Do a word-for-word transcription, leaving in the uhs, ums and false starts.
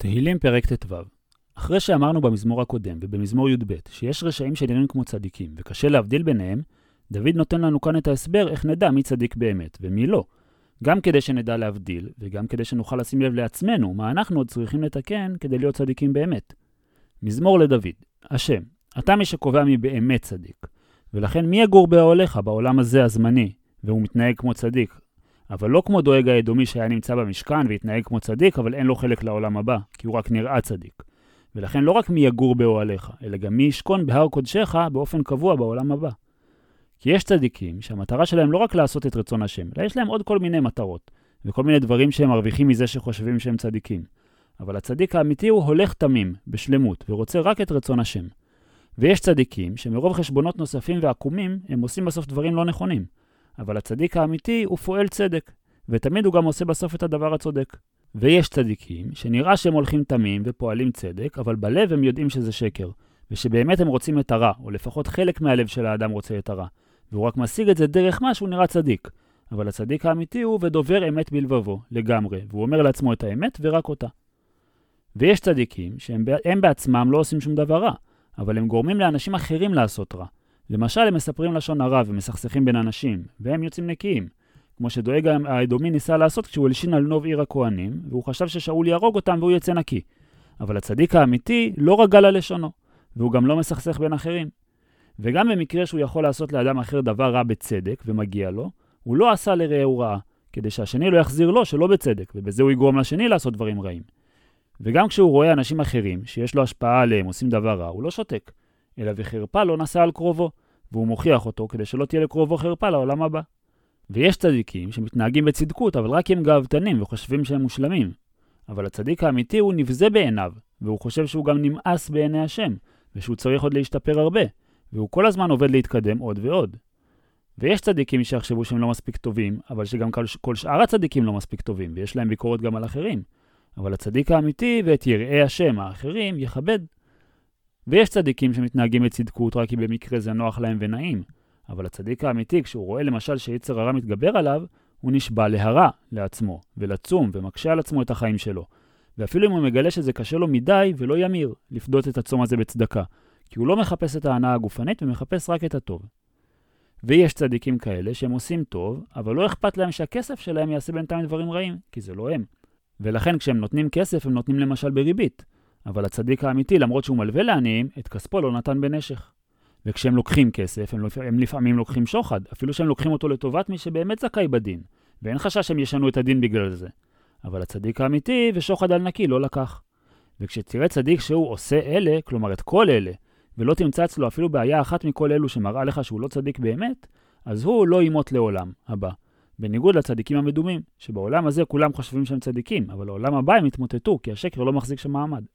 תהילים פרק ט"ו. אחרי שאמרנו במזמור הקודם ובמזמור י"ב שיש רשעים שנראים כמו צדיקים וקשה להבדיל ביניהם, דוד נותן לנו כאן את ההסבר איך נדע מי צדיק באמת ומי לא. גם כדי שנדע להבדיל וגם כדי שנוכל לשים לב לעצמנו מה אנחנו עוד צריכים לתקן כדי להיות צדיקים באמת. מזמור לדוד. השם, אתה מי שקובע מי באמת צדיק. ולכן מי יגור באוהליך בעולם הזה הזמני והוא מתנהג כמו צדיק, אבל לא כמו דואג האדומי שהיה נמצא במשכן והתנהג כמו צדיק, אבל אין לו חלק לעולם הבא, כי הוא רק נראה צדיק. ולכן לא רק מי יגור באוהליך, אלא גם מי ישכון בהר קודשך באופן קבוע בעולם הבא. כי יש צדיקים שהמטרה שלהם לא רק לעשות את רצון השם, אלא יש להם עוד כל מיני מטרות, וכל מיני דברים שהם מרוויחים מזה שחושבים שהם צדיקים. אבל הצדיק האמיתי הוא הולך תמים, בשלמות, ורוצה רק את רצון השם. ויש צדיקים שמרוב חשבונות נוספים ועקומים, הם עושים בסוף דברים לא נכונים. אבל הצדיק האמיתי הוא פועל צדק, ותמיד הוא גם עושה בסוף את הדבר הצודק. ויש צדיקים שנראה שהם הולכים תמים ופועלים צדק, אבל בלב הם יודעים שזה שקר, ושבאמת הם רוצים את הרע, או לפחות חלק מהלב של האדם רוצה את הרע, והוא רק משיג את זה דרך מה שהוא נראה צדיק. אבל הצדיק האמיתי הוא ודובר אמת בלבבו, לגמרי, והוא אומר לעצמו את האמת ורק אותה. ויש צדיקים שהם הם בעצמם לא עושים שום דבר רע, אבל הם גורמים לאנשים אחרים לעשות רע. למשל, הם מספרים לשון הרע ומסכסכים בין אנשים, והם יוצאים נקיים. כמו שדואג האדומי ניסה לעשות כשהוא הלשין על נוב עיר הכהנים, והוא חשב ששאול יהרוג אותם והוא יצא נקי. אבל הצדיק האמיתי לא רגל על לשונו, והוא גם לא מסכסך בין אחרים. וגם במקרה שהוא יכול לעשות לאדם אחר דבר רע בצדק ומגיע לו, הוא לא עשה לרעהו רעה, כדי שהשני לא יחזיר לו שלא בצדק, ובזה הוא יגרום לשני לעשות דברים רעים. וגם כשהוא רואה אנשים אחרים שיש לו השפעה עליהם עושים דבר רע, הוא לא שותק, אלא וחרפה לא נסע על קרובו, והוא מוכיח אותו כדי שלא תהיה לקרובו חרפה לעולם הבא. ויש צדיקים שמתנהגים בצדקות, אבל רק הם גאוותנים וחושבים שהם מושלמים. אבל הצדיק האמיתי הוא נבזה בעיניו, והוא חושב שהוא גם נמאס בעיני השם, ושהוא צריך עוד להשתפר הרבה, והוא כל הזמן עובד להתקדם עוד ועוד. ויש צדיקים שיחשבו שהם לא מספיק טובים, אבל שגם כל שאר הצדיקים לא מספיק טובים, ויש להם ביקורת גם על אחרים. אבל הצדיק האמיתי ואת יראי השם האחרים יכבד. ויש צדיקים שמתנהגים בצדקות רק כי במקרה זה נוח להם ונעים. אבל הצדיק האמיתי, כשהוא רואה למשל שיצר הרע מתגבר עליו, הוא נשבע להרע לעצמו, ולצום, ומקשה על עצמו את החיים שלו. ואפילו אם הוא מגלה שזה קשה לו מדי ולא ימיר לפדות את הצום הזה בצדקה, כי הוא לא מחפש את ההנאה הגופנית ומחפש רק את הטוב. ויש צדיקים כאלה שהם עושים טוב, אבל לא אכפת להם שהכסף שלהם יעשה בינתיים דברים רעים, כי זה לא הם. ולכן כשהם נותנים כסף, הם נותנים למשל בריבית. אבל הצדיק האמיתי, למרות שהוא מלווה לעניים, את כספו לא נתן בנשך. וכשהם לוקחים כסף, הם, הם לפעמים לוקחים שוחד, אפילו שהם לוקחים אותו לטובת מי שבאמת זכאי בדין, ואין חשש שהם ישנו את הדין בגלל זה. אבל הצדיק האמיתי ושוחד על נקי לא לקח. וכשתראה צדיק שהוא עושה אלה, כלומר את כל אלה, ולא תמצא אצלו אפילו בעיה אחת מכל אלו שמראה לך שהוא לא צדיק באמת, אז הוא לא ימות לעולם הבא. בניגוד לצדיקים המדומים, שבעולם הזה כולם חושבים שהם צדיקים, אבל לעולם הבא הם התמוטטו, כי השקר לא מחזיק שם מעמד.